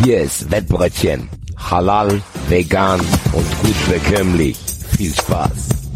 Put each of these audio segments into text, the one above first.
Hier ist Wettbrötchen. Halal, vegan und gut bekömmlich. Viel Spaß.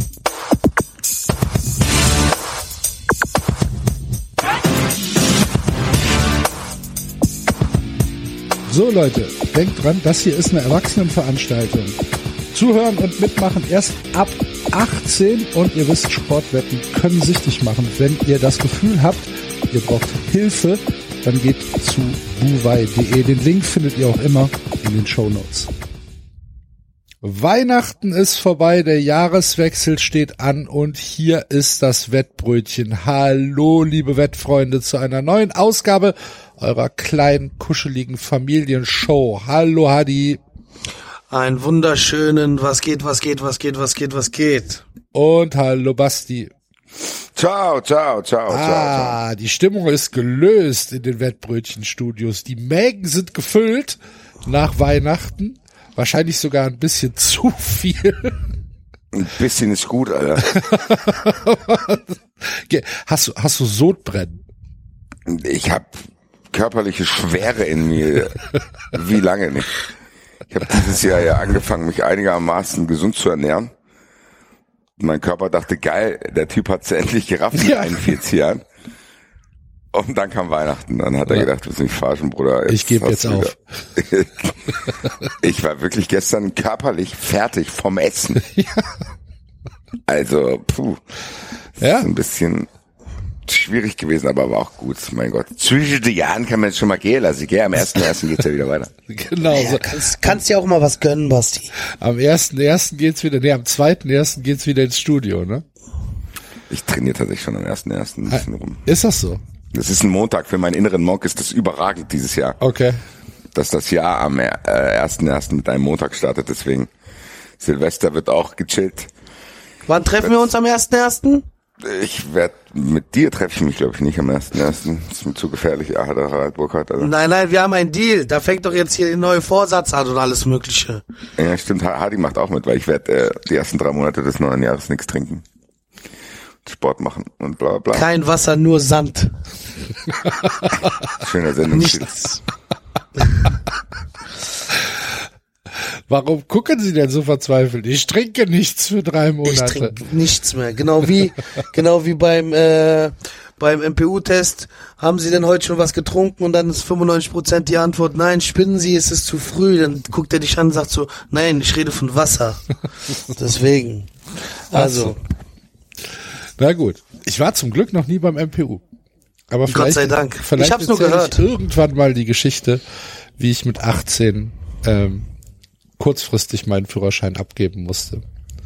So Leute, denkt dran, das hier ist eine Erwachsenenveranstaltung. Zuhören und mitmachen erst ab 18 und ihr wisst, Sportwetten können süchtig machen. Wenn ihr das Gefühl habt, ihr braucht Hilfe, dann geht zu buwei.de. Den Link findet ihr auch immer in den Shownotes. Weihnachten ist vorbei, der Jahreswechsel steht an und hier ist das Wettbrötchen. Hallo, liebe Wettfreunde, zu einer neuen Ausgabe eurer kleinen, kuscheligen Familienshow. Hallo, Hadi. Einen wunderschönen, was geht. Und hallo, Basti. Ciao. Die Stimmung ist gelöst in den Wettbrötchenstudios. Die Mägen sind gefüllt nach Weihnachten. Wahrscheinlich sogar ein bisschen zu viel. Ein bisschen ist gut, Alter. Hast du Sodbrennen? Ich habe körperliche Schwere in mir. Wie lange nicht? Ich habe dieses Jahr ja angefangen, mich einigermaßen gesund zu ernähren. Mein Körper dachte, geil, der Typ hat's endlich gerafft mit 41 Jahren. Und dann kam Weihnachten. Dann hat er gedacht, du willst mich verarschen, Bruder. Ich gebe jetzt auf. Ich war wirklich gestern körperlich fertig vom Essen. Ja. Also, ist ein bisschen schwierig gewesen, aber war auch gut. Mein Gott. Zwischen den Jahren kann man jetzt schon mal gehen lassen. Am 1.1. geht's ja wieder weiter. Genau. Ja, kannst ja auch mal was gönnen, Basti. Am 1.1. geht's wieder, am 2.1. geht's wieder ins Studio, ne? Ich trainiere tatsächlich schon am 1.1. ein bisschen rum. Ist das so? Das ist ein Montag. Für meinen inneren Monk ist das überragend dieses Jahr. Okay. Dass das Jahr am 1.1. mit einem Montag startet. Deswegen, Silvester wird auch gechillt. Wann treffen wir uns am 1.1.? Mit dir treffe ich mich, glaube ich, nicht am 1.1. Das ist mir zu gefährlich. Harald Burkhardt. Also. Nein, wir haben einen Deal. Da fängt doch jetzt hier der neue Vorsatz an und alles Mögliche. Ja, stimmt. Hadi macht auch mit, weil ich werde die ersten 3 Monate des neuen Jahres nichts trinken. Sport machen und bla bla. Kein Wasser, nur Sand. Schöner Sendung. Nichts. Warum gucken Sie denn so verzweifelt? Ich trinke nichts für 3 Monate. Ich trinke nichts mehr. Genau wie beim MPU-Test. Haben Sie denn heute schon was getrunken? Und dann ist 95% die Antwort, nein, spinnen Sie, es ist zu früh. Dann guckt er dich an und sagt so, nein, ich rede von Wasser. Deswegen. Also. Na gut. Ich war zum Glück noch nie beim MPU. Aber Gott sei Dank. Vielleicht ich hab's nur gehört. Irgendwann mal die Geschichte, wie ich mit 18 kurzfristig meinen Führerschein abgeben musste.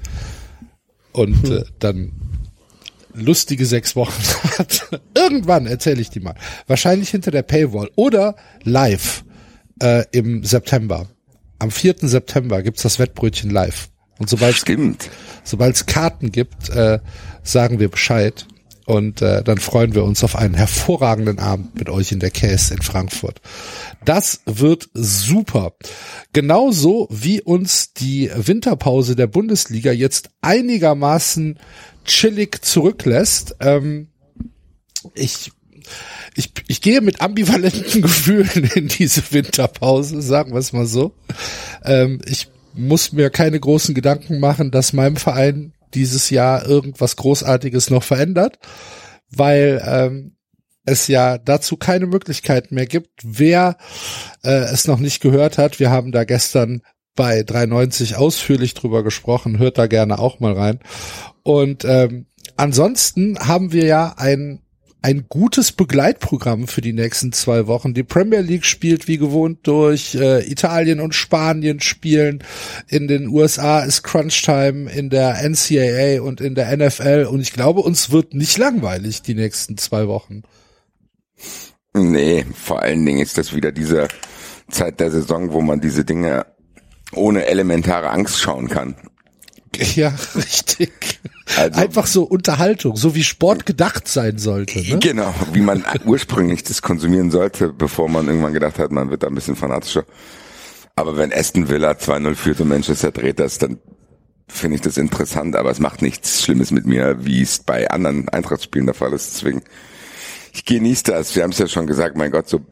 Und dann lustige 6 Wochen hat. Irgendwann erzähle ich die mal. Wahrscheinlich hinter der Paywall oder live im September. Am 4. September gibt's das Wettbrötchen live. Und sobald es Karten gibt, sagen wir Bescheid. Und dann freuen wir uns auf einen hervorragenden Abend mit euch in der Käse in Frankfurt. Das wird super. Genauso wie uns die Winterpause der Bundesliga jetzt einigermaßen chillig zurücklässt. Ich gehe mit ambivalenten Gefühlen in diese Winterpause, sagen wir es mal so. Ich muss mir keine großen Gedanken machen, dass meinem Verein dieses Jahr irgendwas Großartiges noch verändert, weil es ja dazu keine Möglichkeiten mehr gibt. Wer es noch nicht gehört hat, wir haben da gestern bei 390 ausführlich drüber gesprochen, hört da gerne auch mal rein. Und ansonsten haben wir ja ein gutes Begleitprogramm für die nächsten 2 Wochen. Die Premier League spielt wie gewohnt durch, Italien und Spanien spielen, in den USA ist Crunchtime, in der NCAA und in der NFL und ich glaube, uns wird nicht langweilig die nächsten 2 Wochen. Nee, vor allen Dingen ist das wieder diese Zeit der Saison, wo man diese Dinge ohne elementare Angst schauen kann. Ja, richtig. Also, einfach so Unterhaltung, so wie Sport gedacht sein sollte. Ne? Genau, wie man ursprünglich das konsumieren sollte, bevor man irgendwann gedacht hat, man wird da ein bisschen fanatischer. Aber wenn Aston Villa 2-0 führt und Manchester dreht das, dann finde ich das interessant, aber es macht nichts Schlimmes mit mir, wie es bei anderen Eintracht-Spielen der Fall ist. Deswegen, ich genieße das. Wir haben es ja schon gesagt, mein Gott, so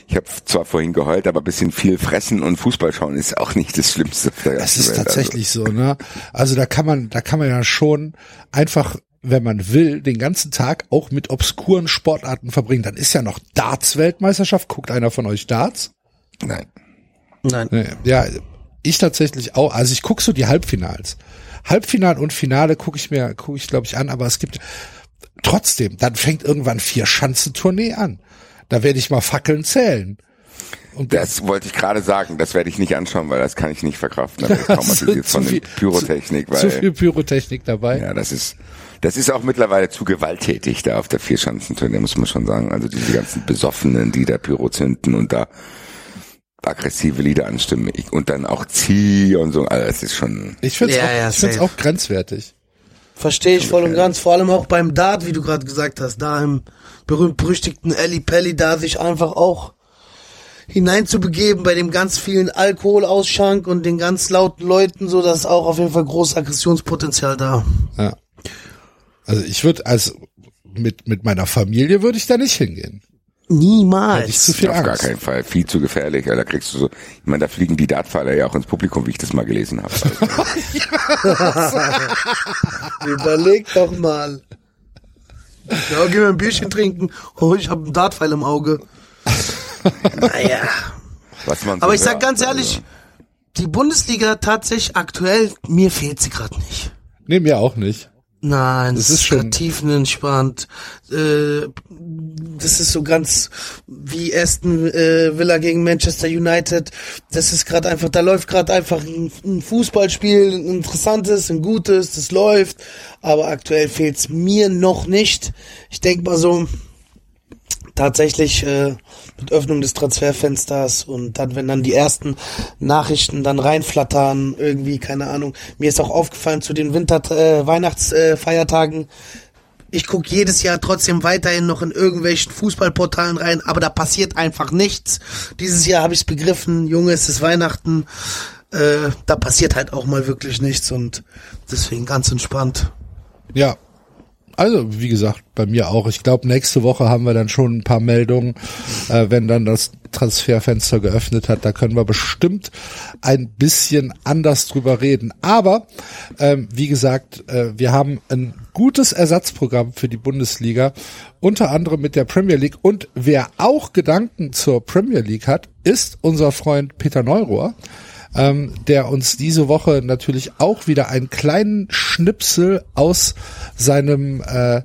Ich habe zwar vorhin geheult, aber ein bisschen viel fressen und Fußball schauen ist auch nicht das Schlimmste. Es ist tatsächlich so, ne? Also da kann man ja schon einfach, wenn man will, den ganzen Tag auch mit obskuren Sportarten verbringen. Dann ist ja noch Darts-Weltmeisterschaft. Guckt einer von euch Darts? Nein. Ja, ich tatsächlich auch. Also ich gucke so die Halbfinals. Halbfinale und Finale gucke ich glaube ich an, aber es gibt trotzdem, dann fängt irgendwann 4-Schanzentournee an. Da werde ich mal Fackeln zählen. Und das wollte ich gerade sagen, das werde ich nicht anschauen, weil das kann ich nicht verkraften. Da bin ich traumatisiert von der Pyrotechnik. Zu viel Pyrotechnik dabei. Ja, das ist auch mittlerweile zu gewalttätig da auf der Vierschanzentournee, muss man schon sagen. Also diese ganzen Besoffenen, die da Pyro zünden und da aggressive Lieder anstimmen und dann auch zieh und so. Also das ist schon... Ich finde es auch grenzwertig. Verstehe ich voll und ganz, vor allem auch beim Dart, wie du gerade gesagt hast, da im berühmt-berüchtigten Elli Pelli, da sich einfach auch hineinzubegeben bei dem ganz vielen Alkoholausschank und den ganz lauten Leuten, so, dass auch auf jeden Fall großes Aggressionspotenzial da. Ja. Also ich würde, mit meiner Familie würde ich da nicht hingehen. Niemals. Hätte ich zu viel Auf Angst. gar keinen Fall. Viel zu gefährlich. Da kriegst du so, ich meine, da fliegen die Dartpfeiler ja auch ins Publikum, wie ich das mal gelesen habe. Überleg doch mal. Ja, gehen wir ein Bierchen trinken. Oh, ich habe einen Dartpfeil im Auge. Naja. Was man so Aber ich sag hört, ganz ehrlich, die Bundesliga tatsächlich aktuell, mir fehlt sie gerade nicht. Nee, mir auch nicht. Nein, Das das ist ist schon tiefenentspannt. Das ist so ganz wie Aston Villa gegen Manchester United. Das ist gerade einfach, da läuft gerade einfach ein Fußballspiel, ein interessantes, ein gutes, das läuft. Aber aktuell fehlt's mir noch nicht. Ich denke mal so, tatsächlich mit Öffnung des Transferfensters und dann, wenn dann die ersten Nachrichten dann reinflattern, irgendwie, keine Ahnung. Mir ist auch aufgefallen zu den Weihnachtsfeiertagen, ich gucke jedes Jahr trotzdem weiterhin noch in irgendwelchen Fußballportalen rein, aber da passiert einfach nichts. Dieses Jahr habe ich es begriffen, Junge, es ist Weihnachten, da passiert halt auch mal wirklich nichts und deswegen ganz entspannt. Ja. Also, wie gesagt, bei mir auch. Ich glaube, nächste Woche haben wir dann schon ein paar Meldungen, wenn dann das Transferfenster geöffnet hat. Da können wir bestimmt ein bisschen anders drüber reden. Aber, wie gesagt, wir haben ein gutes Ersatzprogramm für die Bundesliga, unter anderem mit der Premier League. Und wer auch Gedanken zur Premier League hat, ist unser Freund Peter Neurohr, der uns diese Woche natürlich auch wieder einen kleinen Schnipsel aus seinem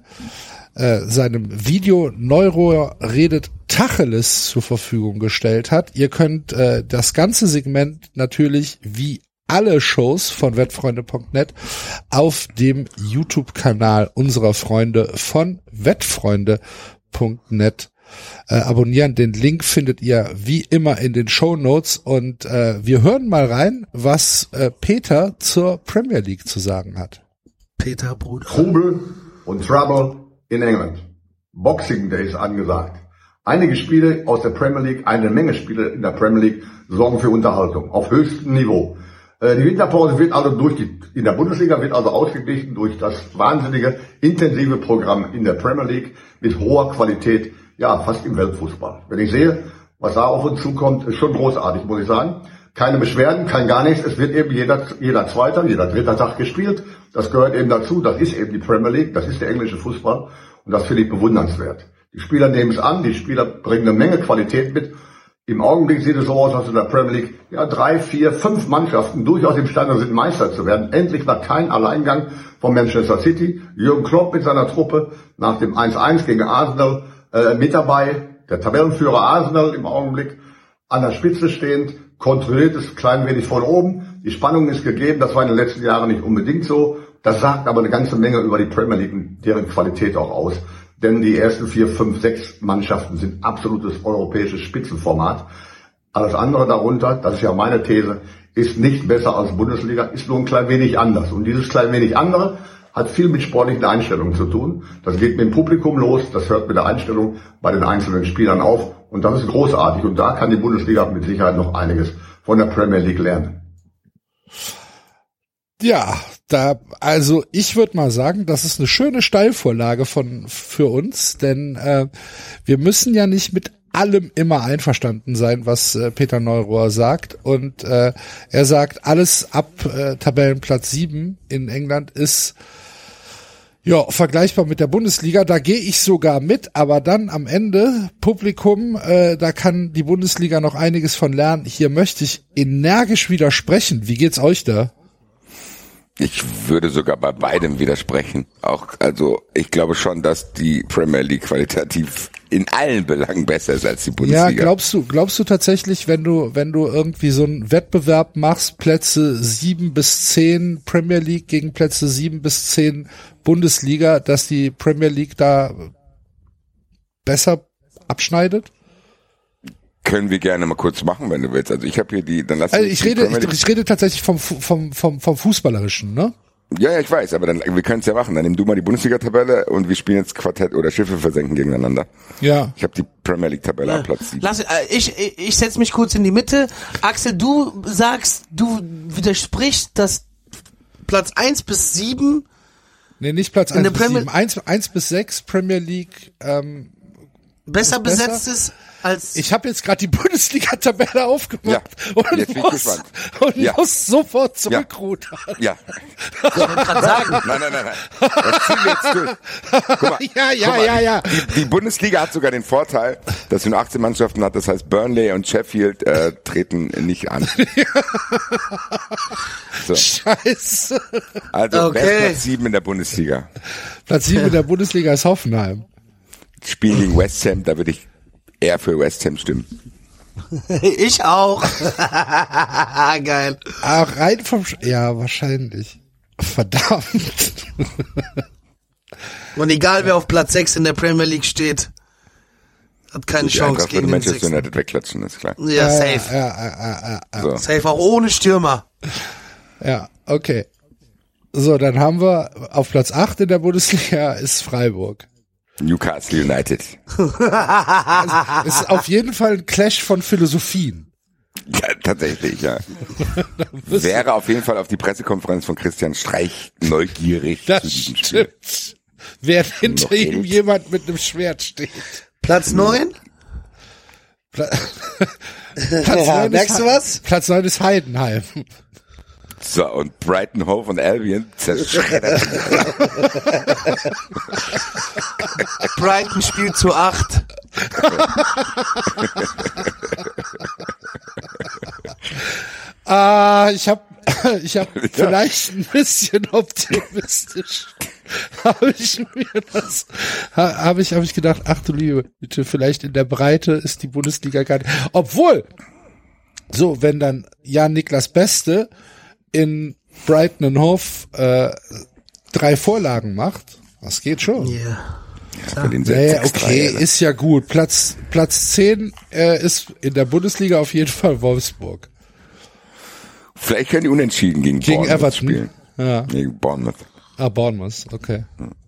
Video Neurohr redet Tacheles zur Verfügung gestellt hat. Ihr könnt das ganze Segment natürlich wie alle Shows von wettfreunde.net auf dem YouTube-Kanal unserer Freunde von wettfreunde.net abonnieren. Den Link findet ihr wie immer in den Shownotes und wir hören mal rein, was Peter zur Premier League zu sagen hat. Peter, Bruder. Trubel und Trouble in England. Boxing Day ist angesagt. Einige Spiele aus der Premier League, eine Menge Spiele in der Premier League sorgen für Unterhaltung auf höchstem Niveau. Die Winterpause wird also in der Bundesliga wird also ausgeglichen durch das wahnsinnige, intensive Programm in der Premier League mit hoher Qualität. Ja, fast im Weltfußball. Wenn ich sehe, was da auf uns zukommt, ist schon großartig, muss ich sagen. Keine Beschwerden, kein gar nichts. Es wird eben jeder zweiter, jeder dritter Tag gespielt. Das gehört eben dazu. Das ist eben die Premier League. Das ist der englische Fußball. Und das finde ich bewundernswert. Die Spieler nehmen es an. Die Spieler bringen eine Menge Qualität mit. Im Augenblick sieht es so aus, dass in der Premier League 3, 4, 5 Mannschaften durchaus imstande sind, Meister zu werden. Endlich mal kein Alleingang von Manchester City. Jürgen Klopp mit seiner Truppe nach dem 1-1 gegen Arsenal mit dabei, der Tabellenführer Arsenal im Augenblick an der Spitze stehend, kontrolliert es klein wenig von oben. Die Spannung ist gegeben, das war in den letzten Jahren nicht unbedingt so. Das sagt aber eine ganze Menge über die Premier League und deren Qualität auch aus. Denn die ersten 4, 5, 6 Mannschaften sind absolutes europäisches Spitzenformat. Alles andere darunter, das ist ja meine These, ist nicht besser als Bundesliga, ist nur ein klein wenig anders. Und dieses klein wenig andere hat viel mit sportlichen Einstellungen zu tun. Das geht mit dem Publikum los, das hört mit der Einstellung bei den einzelnen Spielern auf. Und das ist großartig. Und da kann die Bundesliga mit Sicherheit noch einiges von der Premier League lernen. Ja, also ich würde mal sagen, das ist eine schöne Steilvorlage für uns, denn wir müssen ja nicht mit allem immer einverstanden sein, was Peter Neurohr sagt. Und er sagt, alles ab Tabellenplatz 7 in England ist ja vergleichbar mit der Bundesliga. Da gehe ich sogar mit, aber dann am Ende, Publikum, da kann die Bundesliga noch einiges von lernen. Hier möchte ich energisch widersprechen. Wie geht's euch da? Ich würde sogar bei beidem widersprechen. Also ich glaube schon, dass die Premier League qualitativ in allen Belangen besser ist als die Bundesliga. Ja, glaubst du tatsächlich, wenn du irgendwie so einen Wettbewerb machst, Plätze 7 bis 10 Premier League gegen Plätze 7 bis 10 Bundesliga, dass die Premier League da besser abschneidet? Können wir gerne mal kurz machen, wenn du willst. Also ich habe hier dann lass also ich rede tatsächlich vom Fußballerischen, ne? Ja, ich weiß, aber wir können es ja machen. Dann nimm du mal die Bundesliga-Tabelle und wir spielen jetzt Quartett oder Schiffe versenken gegeneinander. Ja. Ich habe die Premier League-Tabelle auf Platz 7. Ich setz mich kurz in die Mitte. Axel, du sagst, du widersprichst, dass Platz 1 bis 7 Nee, nicht Platz 1 bis 7. 1 bis 6 Premier League besser besetzt ist als... Ich habe jetzt gerade die Bundesliga-Tabelle aufgemacht und muss sofort zurückrudern. Ja. Ich wollte gerade sagen. Nein. Das ziehen wir jetzt durch. Guck mal, Ja. Die Bundesliga hat sogar den Vorteil, dass sie nur 18 Mannschaften hat. Das heißt, Burnley und Sheffield treten nicht an. So. Scheiße. Also, wer ist Platz 7 in der Bundesliga? Platz 7 in der Bundesliga ist Hoffenheim. Spielen gegen West Ham, da würde ich eher für West Ham stimmen. Ich auch. Geil. Rein vom... Ja, wahrscheinlich. Verdammt. Und egal, wer auf Platz 6 in der Premier League steht, hat keine Chance gegen den Manchester 6. United wegklatschen, ist klar. Ja, safe. Ja. So. Safe, auch ohne Stürmer. Ja, okay. So, dann haben wir auf Platz 8 in der Bundesliga ist Freiburg. Newcastle United. Es ist auf jeden Fall ein Clash von Philosophien. Ja, tatsächlich, ja. Wäre auf jeden Fall auf die Pressekonferenz von Christian Streich neugierig zu diesem Spiel. Stimmt. Wer hinter ihm jemand mit einem Schwert steht. Platz 9? Platz 9 merkst du was? Platz 9 ist Heidenheim. So, und Brighton, Hove und Albion zerschreddert. Brighton spielt zu 8. Ich hab vielleicht ein bisschen optimistisch. Habe ich gedacht, ach du liebe Güte, vielleicht in der Breite ist die Bundesliga gar nicht. Obwohl, so, wenn dann Jan-Niklas Beste in Brighton and Hove 3 Vorlagen macht, das geht schon. Ja. Okay, ist ja gut. Platz 10 ist in der Bundesliga auf jeden Fall Wolfsburg. Vielleicht können die unentschieden gegen Bournemouth Everton spielen. Ja. Gegen Bournemouth. Bournemouth, okay.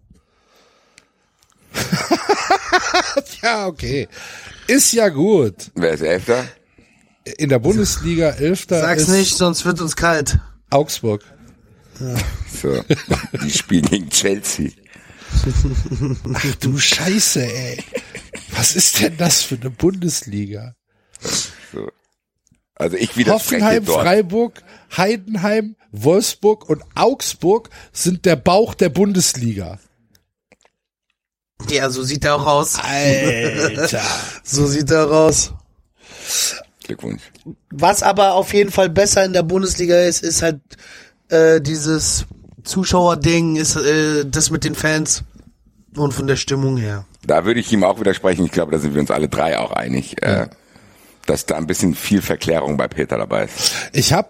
Ja, okay. Ist ja gut. Wer ist 11.? In der Bundesliga 11. Sag's ist nicht, sonst wird uns kalt. Augsburg. Ja. So, die spielen gegen Chelsea. Ach du Scheiße, ey. Was ist denn das für eine Bundesliga? So. Also ich widerspreche Hoffenheim, dort. Freiburg, Heidenheim, Wolfsburg und Augsburg sind der Bauch der Bundesliga. Ja, so sieht er auch aus. Alter. So sieht er aus. Glückwunsch. Was aber auf jeden Fall besser in der Bundesliga ist halt dieses Zuschauerding, ist das mit den Fans und von der Stimmung her. Da würde ich ihm auch widersprechen. Ich glaube, da sind wir uns alle drei auch einig, dass da ein bisschen viel Verklärung bei Peter dabei ist. Ich habe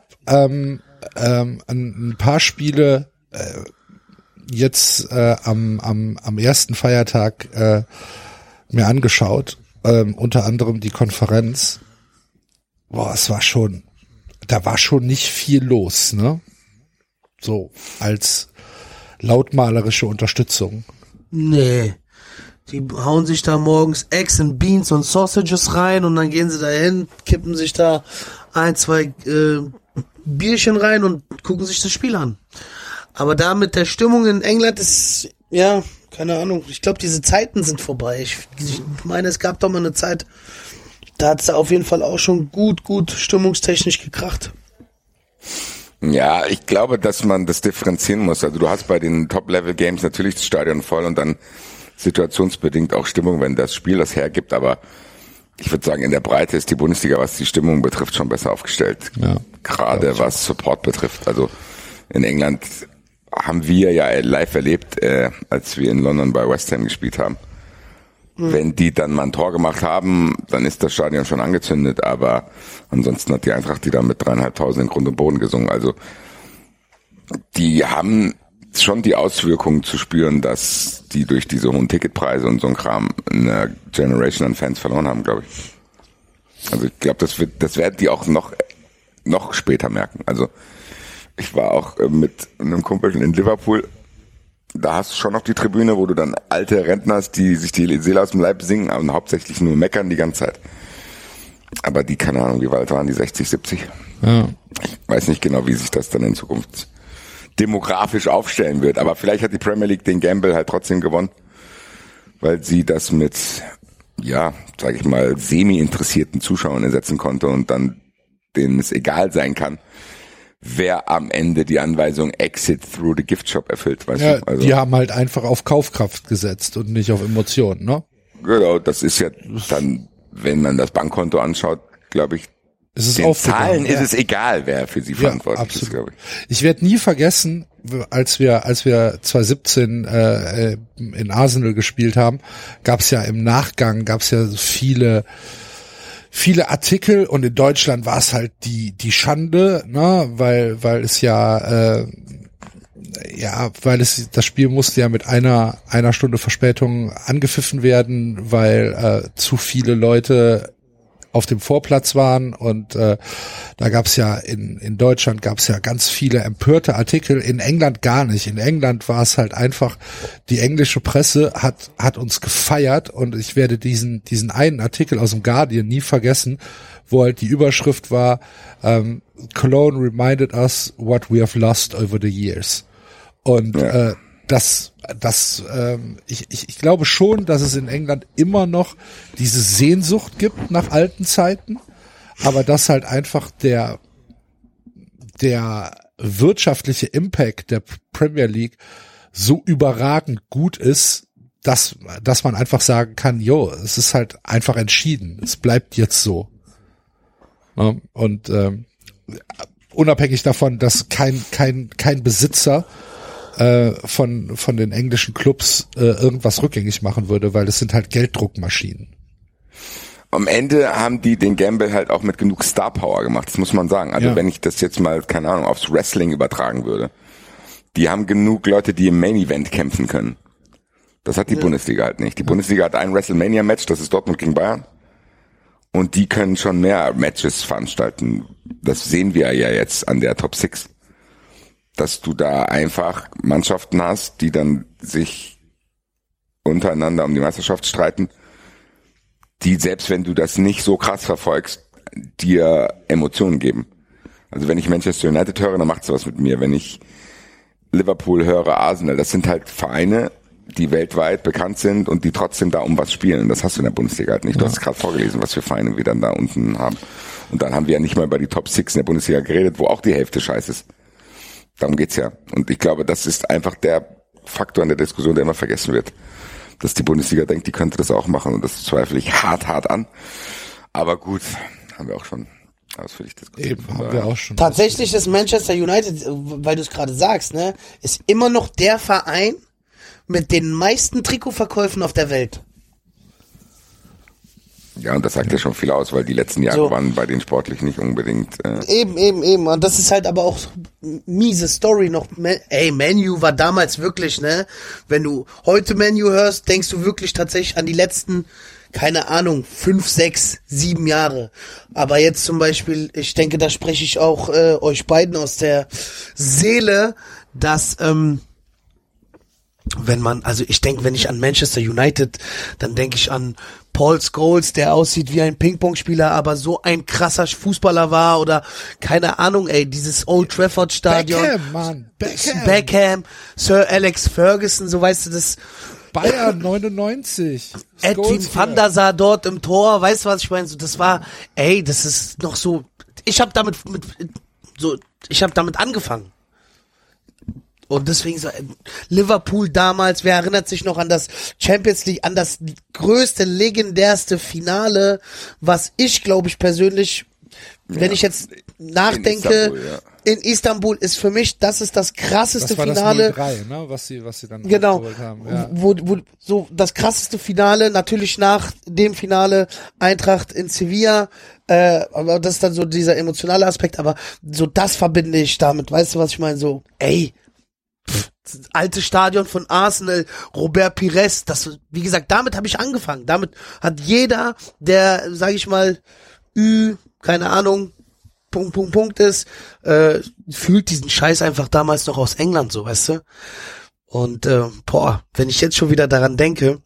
ein paar Spiele jetzt am ersten Feiertag mir angeschaut, unter anderem die Konferenz. Boah, da war schon nicht viel los, ne? So, als lautmalerische Unterstützung. Nee. Die hauen sich da morgens Eggs and Beans und Sausages rein und dann gehen sie da hin, kippen sich da 1, 2 Bierchen rein und gucken sich das Spiel an. Aber da mit der Stimmung in England ist, ja, keine Ahnung, ich glaube, diese Zeiten sind vorbei. Ich meine, es gab doch mal eine Zeit, Da hat's auf jeden Fall auch schon gut stimmungstechnisch gekracht. Ja, ich glaube, dass man das differenzieren muss. Also du hast bei den Top-Level-Games natürlich das Stadion voll und dann situationsbedingt auch Stimmung, wenn das Spiel das hergibt. Aber ich würde sagen, in der Breite ist die Bundesliga, was die Stimmung betrifft, schon besser aufgestellt. Ja, gerade was Support betrifft. Also in England haben wir ja live erlebt, als wir in London bei West Ham gespielt haben. Wenn die dann mal ein Tor gemacht haben, dann ist das Stadion schon angezündet, aber ansonsten hat die Eintracht die da mit 3.500 in Grund und Boden gesungen. Also die haben schon die Auswirkungen zu spüren, dass die durch diese hohen Ticketpreise und so ein Kram eine Generation an Fans verloren haben, glaube ich. Also ich glaube, das werden die auch noch später merken. Also ich war auch mit einem Kumpel in Liverpool. Da hast du schon noch die Tribüne, wo du dann alte Rentner hast, die sich die Seele aus dem Leib singen und hauptsächlich nur meckern die ganze Zeit. Aber die, keine Ahnung, wie weit waren die, 60, 70? Ja. Ich weiß nicht genau, wie sich das dann in Zukunft demografisch aufstellen wird. Aber vielleicht hat die Premier League den Gamble halt trotzdem gewonnen, weil sie das mit, ja, sag ich mal, semi-interessierten Zuschauern ersetzen konnte und dann denen es egal sein kann, wer am Ende die Anweisung Exit through the Gift Shop erfüllt, weißt du? Also, die haben halt einfach auf Kaufkraft gesetzt und nicht auf Emotionen, ne? Genau, das ist ja dann, wenn man das Bankkonto anschaut, glaube ich, den Zahlen ist es egal, wer für sie verantwortlich ist, glaube ich. Ich werde nie vergessen, als wir 2017 in Arsenal gespielt haben, gab's ja im Nachgang viele Artikel und in Deutschland war es halt die Schande, ne, weil es das Spiel musste ja mit einer Stunde Verspätung angepfiffen werden, weil zu viele Leute auf dem Vorplatz waren und da gab's ja in Deutschland gab's ja ganz viele empörte Artikel, in England gar nicht. In England war es halt einfach, die englische Presse hat uns gefeiert und ich werde diesen einen Artikel aus dem Guardian nie vergessen, wo halt die Überschrift war, Cologne reminded us what we have lost over the years. Und ich glaube schon, dass es in England immer noch diese Sehnsucht gibt nach alten Zeiten, aber dass halt einfach der wirtschaftliche Impact der Premier League so überragend gut ist, dass man einfach sagen kann, es ist halt einfach entschieden, es bleibt jetzt so. Und unabhängig davon, dass kein Besitzer von den englischen Clubs irgendwas rückgängig machen würde, weil das sind halt Gelddruckmaschinen. Am Ende haben die den Gamble halt auch mit genug Star Power gemacht, das muss man sagen. Also wenn ich das jetzt mal, keine Ahnung, aufs Wrestling übertragen würde, die haben genug Leute, die im Main Event kämpfen können. Das hat die Bundesliga halt nicht. Die Bundesliga hat ein WrestleMania-Match, das ist Dortmund gegen Bayern. Und die können schon mehr Matches veranstalten. Das sehen wir ja jetzt an der Top 6. Dass du da einfach Mannschaften hast, die dann sich untereinander um die Meisterschaft streiten, die, selbst wenn du das nicht so krass verfolgst, dir Emotionen geben. Also wenn ich Manchester United höre, dann macht es was mit mir. Wenn ich Liverpool höre, Arsenal, das sind halt Vereine, die weltweit bekannt sind und die trotzdem da um was spielen. Das hast du in der Bundesliga halt nicht. Du hast gerade vorgelesen, was für Vereine wir dann da unten haben. Und dann haben wir ja nicht mal über die Top 6 in der Bundesliga geredet, wo auch die Hälfte scheiße ist. Darum geht's ja. Und ich glaube, das ist einfach der Faktor in der Diskussion, der immer vergessen wird. Dass die Bundesliga denkt, die könnte das auch machen. Und das zweifle ich hart an. Aber gut, haben wir auch schon ausführlich diskutiert. Eben, haben wir auch schon. Tatsächlich ist Manchester United, weil du es gerade sagst, ne, ist immer noch der Verein mit den meisten Trikotverkäufen auf der Welt. Ja, und das sagt ja schon viel aus, weil die letzten Jahre waren bei den sportlich nicht unbedingt. Eben. Und das ist halt aber auch miese Story noch. Man U war damals wirklich, ne? Wenn du heute Man U hörst, denkst du wirklich tatsächlich an die letzten, keine Ahnung, 5, 6, 7 Jahre. Aber jetzt zum Beispiel, ich denke, da spreche ich auch euch beiden aus der Seele, dass wenn ich an Manchester United, dann denke ich an Paul Scholes, der aussieht wie ein Ping-Pong-Spieler, aber so ein krasser Fußballer war, oder keine Ahnung, dieses Old Trafford Stadion. Beckham, Mann. Beckham, Sir Alex Ferguson, so weißt du, das Bayern 99. Edwin van der Sar dort im Tor, weißt du, was ich meine? So, das war, das ist noch so, ich habe damit angefangen. Und deswegen so, Liverpool damals, wer erinnert sich noch an das Champions League, an das größte, legendärste Finale, was ich, glaube ich, persönlich, wenn ich jetzt nachdenke, in Istanbul ist für mich, das ist das krasseste Finale. Das war das 0-3, ne? Was sie dann geholt haben. Ja. Wo so das krasseste Finale, natürlich nach dem Finale Eintracht in Sevilla, aber das ist dann so dieser emotionale Aspekt, aber so das verbinde ich damit, weißt du, was ich meine? So, alte Stadion von Arsenal, Robert Pires, das, wie gesagt, damit habe ich angefangen. Damit hat jeder, der, sag ich mal, keine Ahnung, Punkt ist, fühlt diesen Scheiß einfach damals noch aus England, so, weißt du? Und, wenn ich jetzt schon wieder daran denke,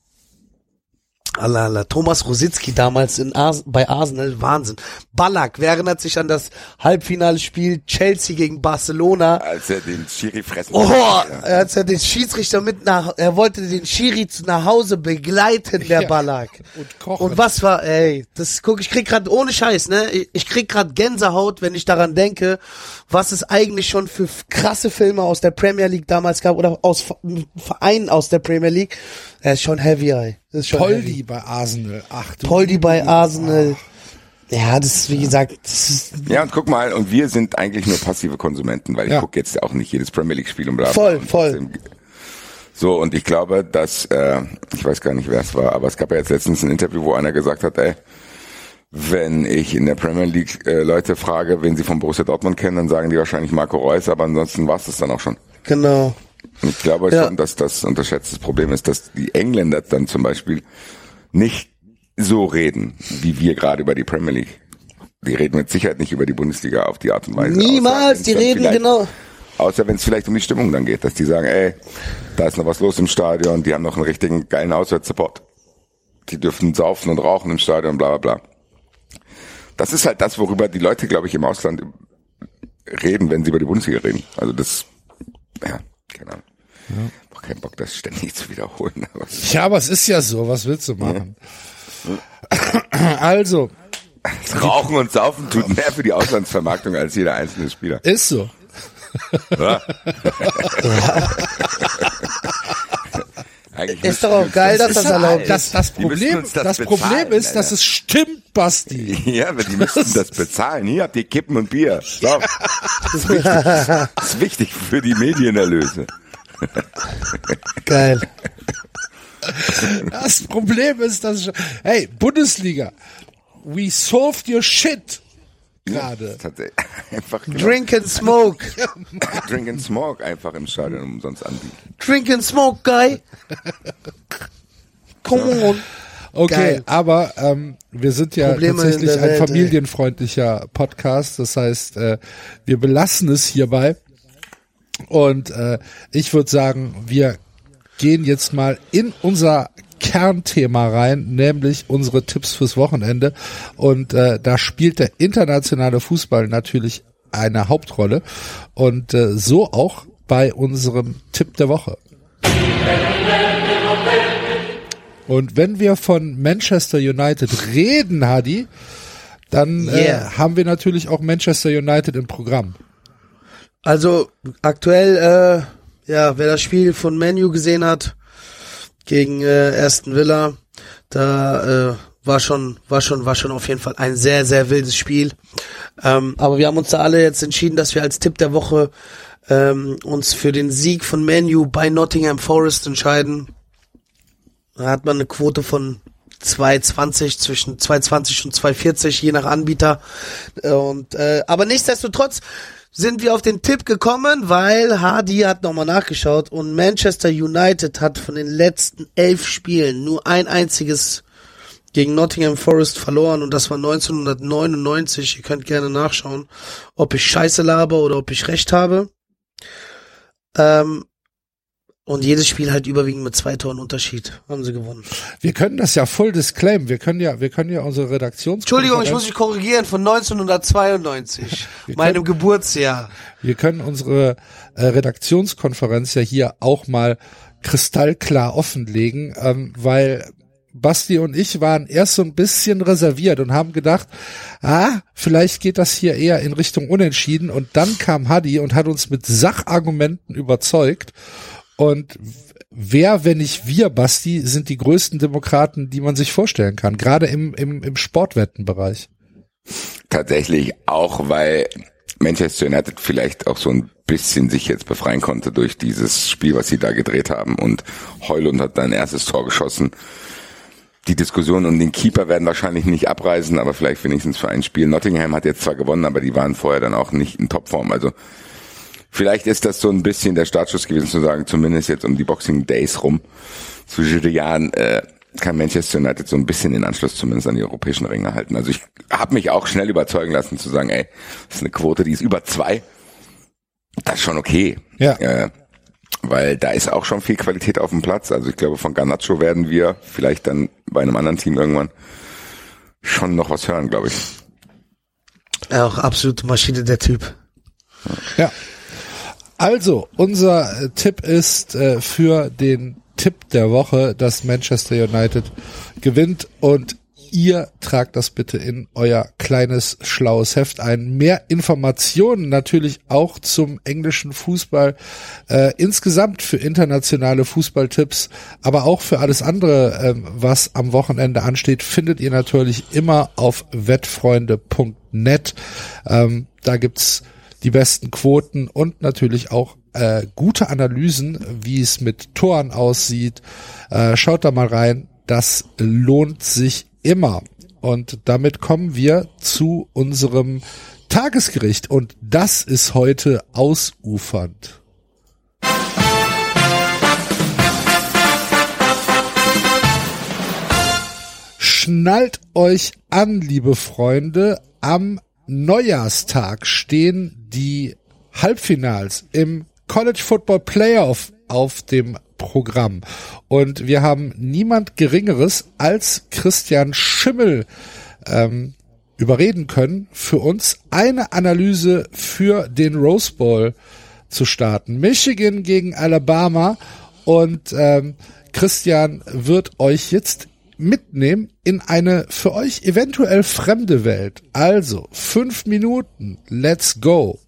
Thomas Rositzky damals bei Arsenal, Wahnsinn. Ballack, wer erinnert sich an das Halbfinalspiel Chelsea gegen Barcelona? Als er den Schiri fressen als er den Schiedsrichter er wollte den Schiri nach Hause begleiten, der Ballack. Und kochen. Und was war, ich krieg grad, ohne Scheiß, ne, ich krieg grad Gänsehaut, wenn ich daran denke, was es eigentlich schon für krasse Filme aus der Premier League damals gab, oder aus Vereinen aus der Premier League. Er ist schon heavy, ey. Das ist schon Poldi heavy. bei Arsenal. Poldi bei Arsenal. Ja, das ist, wie gesagt, das ist... Ja, und guck mal, und wir sind eigentlich nur passive Konsumenten, weil ich gucke jetzt auch nicht jedes Premier League Spiel und bla bla. Voll. So, und ich glaube, dass, ich weiß gar nicht, wer es war, aber es gab ja jetzt letztens ein Interview, wo einer gesagt hat, wenn ich in der Premier League Leute frage, wen sie von Borussia Dortmund kennen, dann sagen die wahrscheinlich Marco Reus, aber ansonsten war es das dann auch schon. Genau. Und ich glaube schon, dass das unterschätztes Problem ist, dass die Engländer dann zum Beispiel nicht so reden, wie wir gerade über die Premier League. Die reden mit Sicherheit nicht über die Bundesliga auf die Art und Weise. Niemals, die reden genau. Außer wenn es vielleicht um die Stimmung dann geht, dass die sagen, da ist noch was los im Stadion, die haben noch einen richtigen geilen Auswärtssupport. Die dürfen saufen und rauchen im Stadion, bla bla bla. Das ist halt das, worüber die Leute, glaube ich, im Ausland reden, wenn sie über die Bundesliga reden. Also das, keine Ahnung. Ja. Ich hab keinen Bock, das ständig zu wiederholen. Aber es ist ja so, was willst du machen? Ja. Also. Rauchen und Saufen tut mehr für die Auslandsvermarktung als jeder einzelne Spieler. Ist so. Ja. Ist doch auch geil, dass das erlaubt ist. Das Problem ist, dass es stimmt, Basti. Ja, aber die müssen das bezahlen. Hier habt ihr Kippen und Bier. So. Das ist wichtig für die Medienerlöse. Geil. Das Problem ist, dass Bundesliga, we solved your shit. Gerade. Einfach Drink and smoke. Drink and smoke einfach im Stadion umsonst anbieten. Drink and smoke, guy. Come on. Okay, Geil. Aber wir sind ja Probleme tatsächlich ein Welt, familienfreundlicher Podcast. Das heißt, wir belassen es hierbei. Und ich würde sagen, wir gehen jetzt mal in unser Kernthema rein, nämlich unsere Tipps fürs Wochenende. Und da spielt der internationale Fußball natürlich eine Hauptrolle. Und so auch bei unserem Tipp der Woche. Und wenn wir von Manchester United reden, Hadi, dann haben wir natürlich auch Manchester United im Programm. Also aktuell, wer das Spiel von Man U gesehen hat gegen Aston Villa, da war schon auf jeden Fall ein sehr, sehr wildes Spiel. Aber wir haben uns da alle jetzt entschieden, dass wir als Tipp der Woche uns für den Sieg von Man U bei Nottingham Forest entscheiden. Da hat man eine Quote von 2,20, zwischen 2,20 und 2,40, je nach Anbieter. Und aber nichtsdestotrotz sind wir auf den Tipp gekommen, weil Hadi hat nochmal nachgeschaut und Manchester United hat von den letzten 11 Spielen nur ein einziges gegen Nottingham Forest verloren und das war 1999. Ihr könnt gerne nachschauen, ob ich Scheiße laber oder ob ich recht habe. Und jedes Spiel halt überwiegend mit 2 Toren Unterschied haben sie gewonnen. Wir können das ja voll disclaimen. Wir können ja unsere Redaktionskonferenz... Entschuldigung, ich muss mich korrigieren, von 1992, meinem Geburtsjahr. Wir können unsere Redaktionskonferenz ja hier auch mal kristallklar offenlegen, weil Basti und ich waren erst so ein bisschen reserviert und haben gedacht, vielleicht geht das hier eher in Richtung Unentschieden, und dann kam Hadi und hat uns mit Sachargumenten überzeugt, und wer, wenn nicht wir, Basti, sind die größten Demokraten, die man sich vorstellen kann, gerade im Sportwettenbereich. Tatsächlich auch, weil Manchester United vielleicht auch so ein bisschen sich jetzt befreien konnte durch dieses Spiel, was sie da gedreht haben, und Højlund hat dann erstes Tor geschossen. Die Diskussion um den Keeper werden wahrscheinlich nicht abreißen, aber vielleicht wenigstens für ein Spiel. Nottingham hat jetzt zwar gewonnen, aber die waren vorher dann auch nicht in Topform. Also vielleicht ist das so ein bisschen der Startschuss gewesen, zu sagen, zumindest jetzt um die Boxing Days rum. Zu Jahren kann Manchester United so ein bisschen den Anschluss zumindest an die europäischen Ränge halten. Also ich habe mich auch schnell überzeugen lassen zu sagen, das ist eine Quote, die ist über 2. Das ist schon okay. Ja. Weil da ist auch schon viel Qualität auf dem Platz. Also ich glaube, von Garnacho werden wir vielleicht dann bei einem anderen Team irgendwann schon noch was hören, glaube ich. Auch absolute Maschine, der Typ. Ja. Also, unser Tipp ist für den Tipp der Woche, dass Manchester United gewinnt, und ihr tragt das bitte in euer kleines, schlaues Heft ein. Mehr Informationen natürlich auch zum englischen Fußball, insgesamt für internationale Fußballtipps, aber auch für alles andere, was am Wochenende ansteht, findet ihr natürlich immer auf wettfreunde.net. Da gibt's die besten Quoten und natürlich auch gute Analysen, wie es mit Toren aussieht. Schaut da mal rein, das lohnt sich immer. Und damit kommen wir zu unserem Tagesgericht, und das ist heute ausufernd. Schnallt euch an, liebe Freunde, am Neujahrstag stehen die Halbfinals im College Football Playoff auf dem Programm. Und wir haben niemand Geringeres als Christian Schimmel überreden können, für uns eine Analyse für den Rose Bowl zu starten. Michigan gegen Alabama, und Christian wird euch jetzt mitnehmen in eine für euch eventuell fremde Welt. Also 5 Minuten, let's go.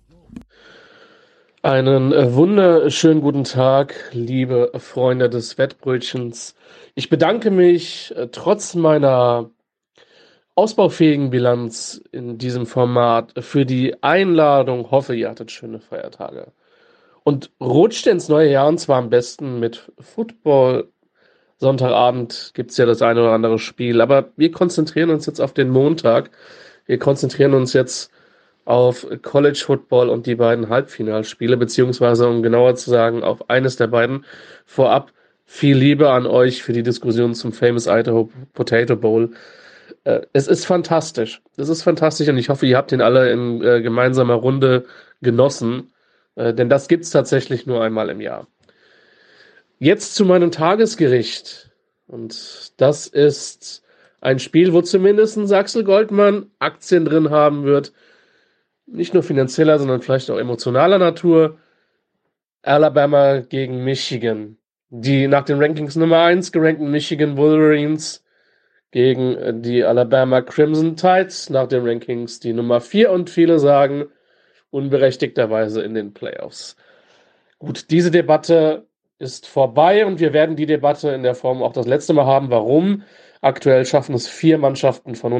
Einen wunderschönen guten Tag, liebe Freunde des Wettbrötchens. Ich bedanke mich trotz meiner ausbaufähigen Bilanz in diesem Format für die Einladung. Hoffe, ihr hattet schöne Feiertage. Und rutscht ins neue Jahr, und zwar am besten mit Football. Sonntagabend gibt's ja das eine oder andere Spiel, aber wir konzentrieren uns jetzt auf den Montag. Wir konzentrieren uns jetzt auf College Football und die beiden Halbfinalspiele, beziehungsweise, um genauer zu sagen, auf eines der beiden. Vorab viel Liebe an euch für die Diskussion zum Famous Idaho Potato Bowl. Es ist fantastisch. Es ist fantastisch, und ich hoffe, ihr habt ihn alle in gemeinsamer Runde genossen, denn das gibt's tatsächlich nur einmal im Jahr. Jetzt zu meinem Tagesgericht. Und das ist ein Spiel, wo zumindest Axel Goldmann Aktien drin haben wird. Nicht nur finanzieller, sondern vielleicht auch emotionaler Natur. Alabama gegen Michigan. Die nach den Rankings Nummer 1 gerankten Michigan Wolverines gegen die Alabama Crimson Tides. Nach den Rankings die Nummer 4, und viele sagen unberechtigterweise in den Playoffs. Gut, diese Debatte ist vorbei, und wir werden die Debatte in der Form auch das letzte Mal haben. Warum? Aktuell schaffen es 4 Mannschaften von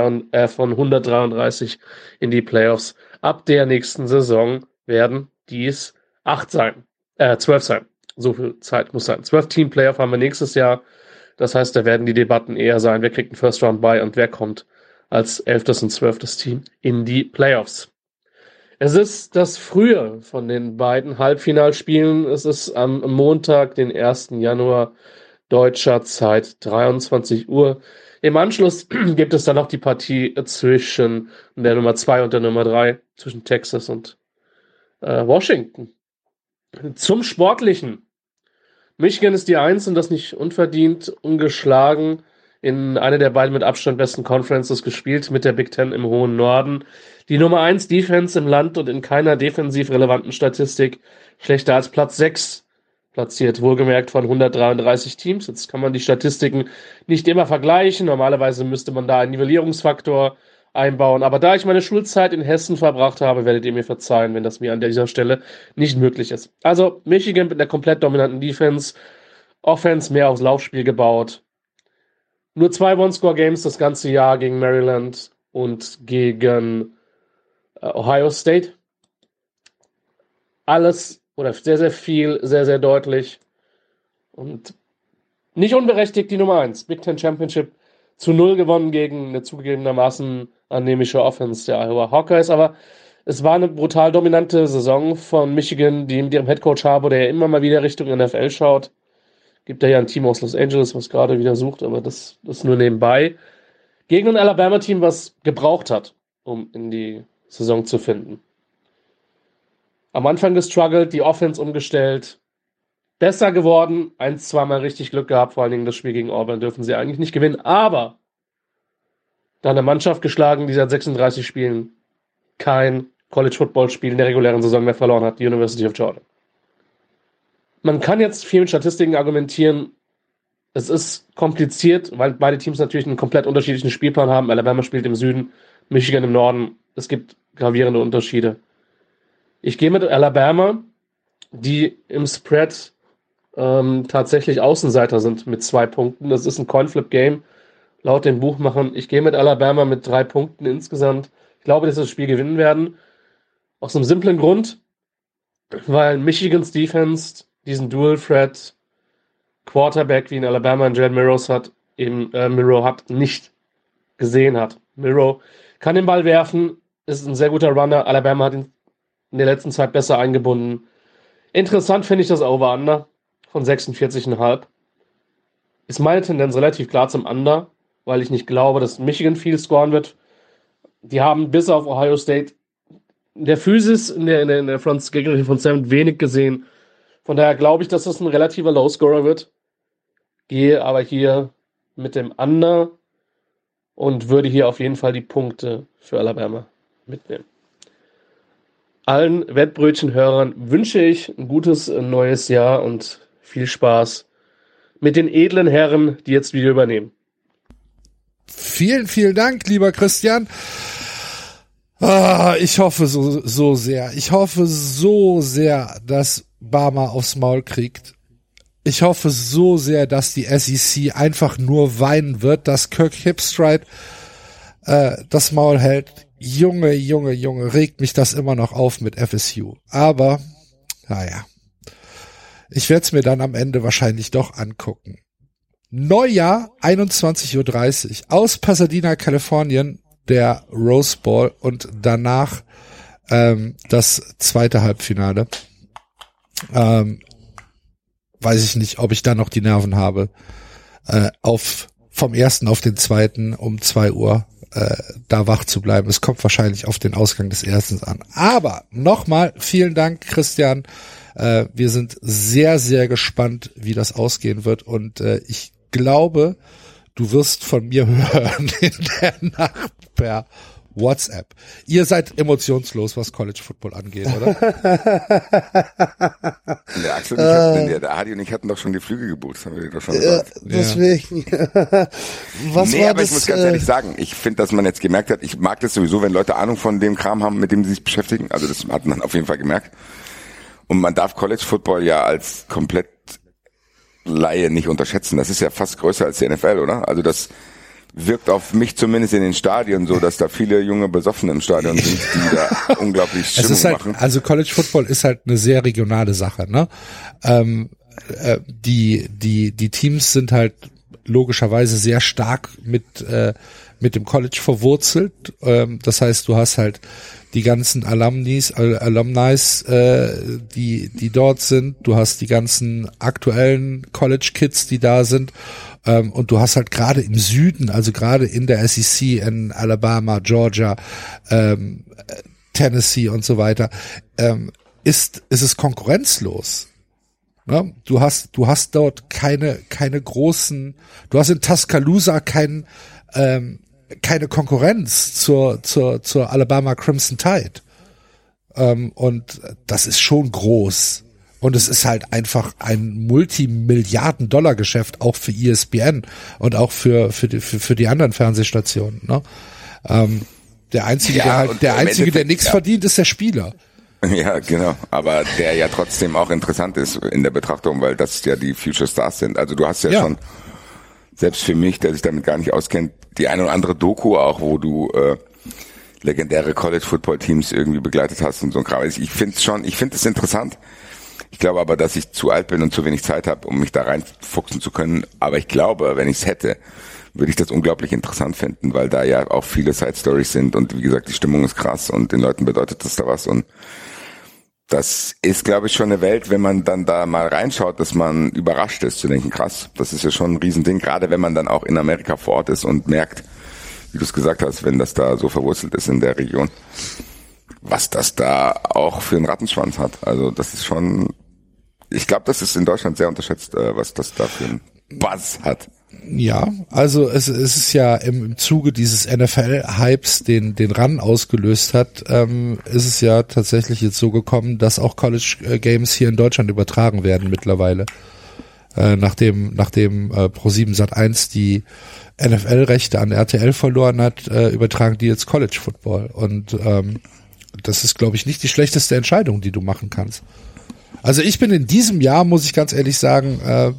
133 in die Playoffs. Ab der nächsten Saison werden dies 12 sein. So viel Zeit muss sein. 12 Team Playoff haben wir nächstes Jahr. Das heißt, da werden die Debatten eher sein, wer kriegt einen First Round Bye und wer kommt als 11. und 12. Team in die Playoffs. Es ist das frühe von den beiden Halbfinalspielen. Es ist am Montag, den 1. Januar deutscher Zeit, 23 Uhr. Im Anschluss gibt es dann noch die Partie zwischen der Nummer 2 und der Nummer 3, zwischen Texas und Washington. Zum Sportlichen. Michigan ist die 1 und das nicht unverdient, ungeschlagen in einer der beiden mit Abstand besten Conferences gespielt, mit der Big Ten im hohen Norden. Die Nummer 1 Defense im Land und in keiner defensiv relevanten Statistik schlechter als Platz 6 platziert, wohlgemerkt von 133 Teams. Jetzt kann man die Statistiken nicht immer vergleichen. Normalerweise müsste man da einen Nivellierungsfaktor einbauen. Aber da ich meine Schulzeit in Hessen verbracht habe, werdet ihr mir verzeihen, wenn das mir an dieser Stelle nicht möglich ist. Also Michigan mit einer komplett dominanten Defense, Offense mehr aufs Laufspiel gebaut. Nur 2 One-Score-Games das ganze Jahr gegen Maryland und gegen Ohio State. Alles oder sehr, sehr viel, sehr, sehr deutlich. Und nicht unberechtigt die Nummer 1. Big Ten Championship zu 0 gewonnen gegen eine zugegebenermaßen anämische Offense der Iowa Hawkeyes. Aber es war eine brutal dominante Saison von Michigan, die mit ihrem Headcoach Harbaugh, der ja immer mal wieder Richtung NFL schaut. Gibt ja ein Team aus Los Angeles, was gerade wieder sucht, aber das nur nebenbei. Gegen ein Alabama-Team, was gebraucht hat, um in die Saison zu finden. Am Anfang gestruggelt, die Offense umgestellt, besser geworden, 1-2 Mal richtig Glück gehabt, vor allen Dingen das Spiel gegen Auburn dürfen sie eigentlich nicht gewinnen, aber dann eine Mannschaft geschlagen, die seit 36 Spielen kein College-Football-Spiel in der regulären Saison mehr verloren hat, die University of Georgia. Man kann jetzt viel mit Statistiken argumentieren. Es ist kompliziert, weil beide Teams natürlich einen komplett unterschiedlichen Spielplan haben. Alabama spielt im Süden, Michigan im Norden. Es gibt gravierende Unterschiede. Ich gehe mit Alabama, die im Spread tatsächlich Außenseiter sind mit 2 Punkten. Das ist ein Coinflip-Game, laut den Buchmachern. Ich gehe mit Alabama mit 3 Punkten insgesamt. Ich glaube, dass sie das Spiel gewinnen werden. Aus einem simplen Grund, weil Michigans Defense diesen Dual-Threat Quarterback, wie in Alabama und Jalen Milroe hat, nicht gesehen hat. Milroe kann den Ball werfen, ist ein sehr guter Runner. Alabama hat ihn in der letzten Zeit besser eingebunden. Interessant finde ich das Over-Under von 46,5. Ist meine Tendenz relativ klar zum Under, weil ich nicht glaube, dass Michigan viel scoren wird. Die haben bis auf Ohio State in der Physis, in der Front gegnerischen von 7 wenig gesehen. Von daher glaube ich, dass das ein relativer Low-Scorer wird. Gehe aber hier mit dem Under und würde hier auf jeden Fall die Punkte für Alabama mitnehmen. Allen Wettbrötchen-Hörern wünsche ich ein gutes neues Jahr und viel Spaß mit den edlen Herren, die jetzt wieder übernehmen. Vielen, vielen Dank, lieber Christian. Ich hoffe so sehr. Ich hoffe so sehr, dass Bama aufs Maul kriegt. Ich hoffe so sehr, dass die SEC einfach nur weinen wird, dass Kirk Hipstride das Maul hält. Junge, regt mich das immer noch auf mit FSU. Aber, naja, ich werde es mir dann am Ende wahrscheinlich doch angucken. Neujahr, 21:30 Uhr, aus Pasadena, Kalifornien, der Rose Bowl und danach das zweite Halbfinale. Weiß ich nicht, ob ich da noch die Nerven habe, vom ersten auf den zweiten um 2 Uhr da wach zu bleiben. Es kommt wahrscheinlich auf den Ausgang des ersten an. Aber nochmal vielen Dank, Christian. Wir sind sehr, sehr gespannt, wie das ausgehen wird. Und ich glaube, du wirst von mir hören in der Nacht per WhatsApp. Ihr seid emotionslos, was College Football angeht, oder? Der Axel und der Adi und ich hatten doch schon die Flüge gebucht, das haben wir doch schon gesagt. Deswegen. Aber ich muss ganz ehrlich sagen, ich finde, dass man jetzt gemerkt hat, ich mag das sowieso, wenn Leute Ahnung von dem Kram haben, mit dem sie sich beschäftigen. Also das hat man auf jeden Fall gemerkt. Und man darf College Football ja als komplett Laie nicht unterschätzen. Das ist ja fast größer als die NFL, oder? Also das wirkt auf mich zumindest in den Stadien so, dass da viele junge Besoffene im Stadion sind, die da unglaublich Stimmung machen. Also College Football ist halt eine sehr regionale Sache, ne? Die Teams sind halt logischerweise sehr stark mit dem College verwurzelt. Das heißt, du hast halt die ganzen Alumni, die dort sind. Du hast die ganzen aktuellen College Kids, die da sind. Und du hast halt gerade im Süden, also gerade in der SEC, in Alabama, Georgia, Tennessee und so weiter, ist es konkurrenzlos. Ne? Du hast dort keine großen, du hast in Tuscaloosa keine Konkurrenz zur Alabama Crimson Tide. Und das ist schon groß. Und es ist halt einfach ein Multimilliarden-Dollar-Geschäft, auch für ESPN und auch für die anderen Fernsehstationen. Ne? Der Einzige, der nichts verdient, ist der Spieler. Ja, genau. Aber der ja trotzdem auch interessant ist in der Betrachtung, weil das ja die Future Stars sind. Also du hast ja schon, selbst für mich, der sich damit gar nicht auskennt, die eine oder andere Doku auch, wo du legendäre College-Football-Teams irgendwie begleitet hast und so ein Kram. Ich finde es interessant. Ich glaube aber, dass ich zu alt bin und zu wenig Zeit habe, um mich da reinfuchsen zu können. Aber ich glaube, wenn ich es hätte, würde ich das unglaublich interessant finden, weil da ja auch viele Side-Stories sind und wie gesagt, die Stimmung ist krass und den Leuten bedeutet das da was und das ist, glaube ich, schon eine Welt, wenn man dann da mal reinschaut, dass man überrascht ist, zu denken, krass, das ist ja schon ein Riesending, gerade wenn man dann auch in Amerika vor Ort ist und merkt, wie du es gesagt hast, wenn das da so verwurzelt ist in der Region, was das da auch für einen Rattenschwanz hat. Also das ist schon, ich glaube, das ist in Deutschland sehr unterschätzt, was das da für einen Buzz hat. Ja, also es ist ja im Zuge dieses NFL-Hypes, den Run ausgelöst hat, ist es ja tatsächlich jetzt so gekommen, dass auch College Games hier in Deutschland übertragen werden mittlerweile. Nachdem Pro7 Sat.1 die NFL-Rechte an RTL verloren hat, übertragen die jetzt College Football. Und das ist, glaube ich, nicht die schlechteste Entscheidung, die du machen kannst. Also ich bin in diesem Jahr, muss ich ganz ehrlich sagen,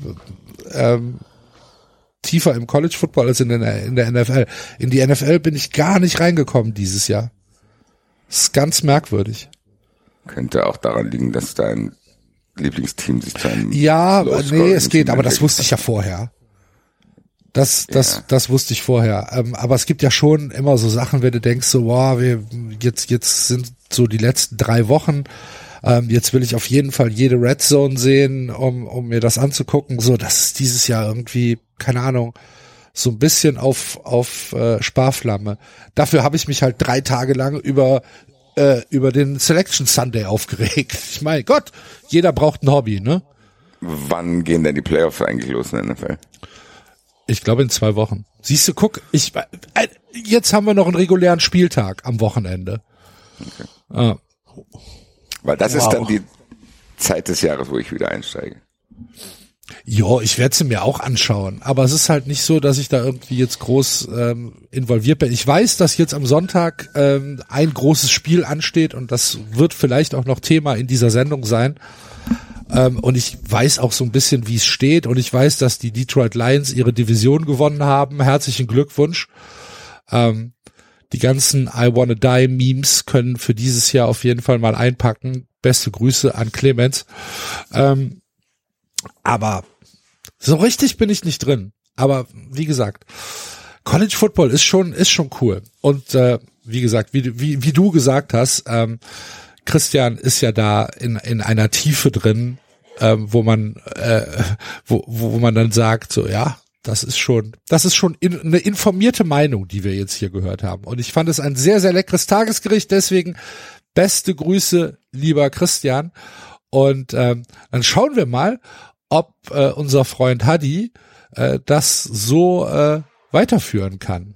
tiefer im College Football als in der NFL. In die NFL bin ich gar nicht reingekommen dieses Jahr. Das ist ganz merkwürdig. Könnte auch daran liegen, dass dein Lieblingsteam sich zu einem es geht, aber das wusste ich ja vorher. Das wusste ich vorher. Aber es gibt ja schon immer so Sachen, wenn du denkst so, wow, jetzt sind so die letzten 3 Wochen, jetzt will ich auf jeden Fall jede Red Zone sehen, um mir das anzugucken. So, das ist dieses Jahr irgendwie, keine Ahnung, so ein bisschen auf Sparflamme. Dafür habe ich mich halt 3 Tage lang über den Selection Sunday aufgeregt. Ich meine, Gott, jeder braucht ein Hobby, ne? Wann gehen denn die Playoffs eigentlich los in der NFL? Ich glaube in 2 Wochen. Siehst du, guck, jetzt haben wir noch einen regulären Spieltag am Wochenende. Okay. Weil das ist dann die Zeit des Jahres, wo ich wieder einsteige. Jo, ich werde sie mir auch anschauen, aber es ist halt nicht so, dass ich da irgendwie jetzt groß involviert bin. Ich weiß, dass jetzt am Sonntag ein großes Spiel ansteht und das wird vielleicht auch noch Thema in dieser Sendung sein. Und ich weiß auch so ein bisschen, wie es steht und ich weiß, dass die Detroit Lions ihre Division gewonnen haben. Herzlichen Glückwunsch. Die ganzen I Wanna Die Memes können für dieses Jahr auf jeden Fall mal einpacken. Beste Grüße an Clemens. Aber so richtig bin ich nicht drin. Aber wie gesagt, College Football ist schon cool. Und wie gesagt, wie du gesagt hast, Christian ist ja da in einer Tiefe drin, wo man dann sagt, so ja, das ist schon eine informierte Meinung, die wir jetzt hier gehört haben. Und ich fand es ein sehr, sehr leckeres Tagesgericht. Deswegen beste Grüße, lieber Christian. Und dann schauen wir mal, ob unser Freund Hadi das so weiterführen kann.